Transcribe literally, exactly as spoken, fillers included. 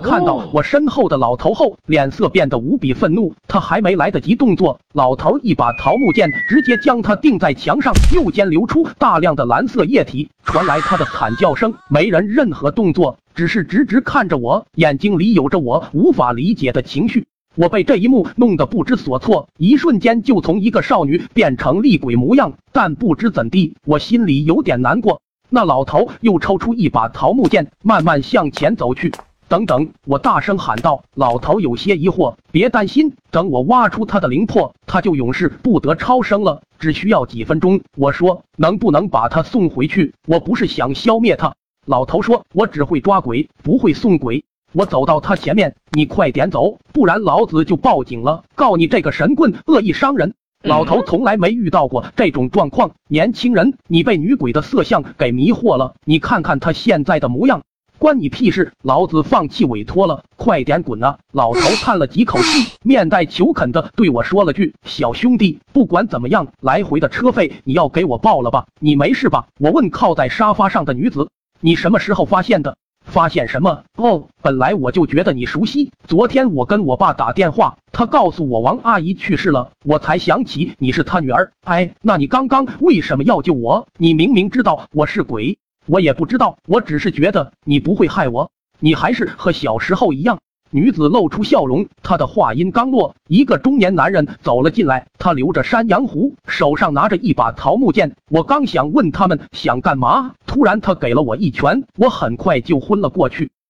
看到我身后的老头后，脸色变得无比愤怒。他还没来得及动作，老头一把桃木剑直接将他钉在墙上，右肩流出大量的蓝色液体，传来他的惨叫声。没人任何动作，只是直直看着我，眼睛里有着我无法理解的情绪。我被这一幕弄得不知所措，一瞬间就从一个少女变成厉鬼模样。但不知怎地，我心里有点难过。那老头又抽出一把桃木剑，慢慢向前走去。等等！我大声喊道。老头有些疑惑，别担心，等我挖出他的灵魄，他就永世不得超生了，只需要几分钟。我说，能不能把他送回去？我不是想消灭他。老头说，我只会抓鬼，不会送鬼。我走到他前面，你快点走，不然老子就报警了，告你这个神棍恶意伤人。老头从来没遇到过这种状况，年轻人，你被女鬼的色相给迷惑了，你看看他现在的模样。关你屁事！老子放弃委托了，快点滚啊！老头叹了几口气，面带求恳的对我说了句：“小兄弟，不管怎么样，来回的车费你要给我报了吧？你没事吧？”我问靠在沙发上的女子：“你什么时候发现的？”发现什么？哦，本来我就觉得你熟悉。昨天我跟我爸打电话，他告诉我王阿姨去世了，我才想起你是他女儿。哎，那你刚刚为什么要救我？你明明知道我是鬼。我也不知道，我只是觉得你不会害我，你还是和小时候一样。女子露出笑容，她的话音刚落，一个中年男人走了进来，他留着山羊胡，手上拿着一把桃木剑。我刚想问他们想干嘛，突然他给了我一拳，我很快就昏了过去。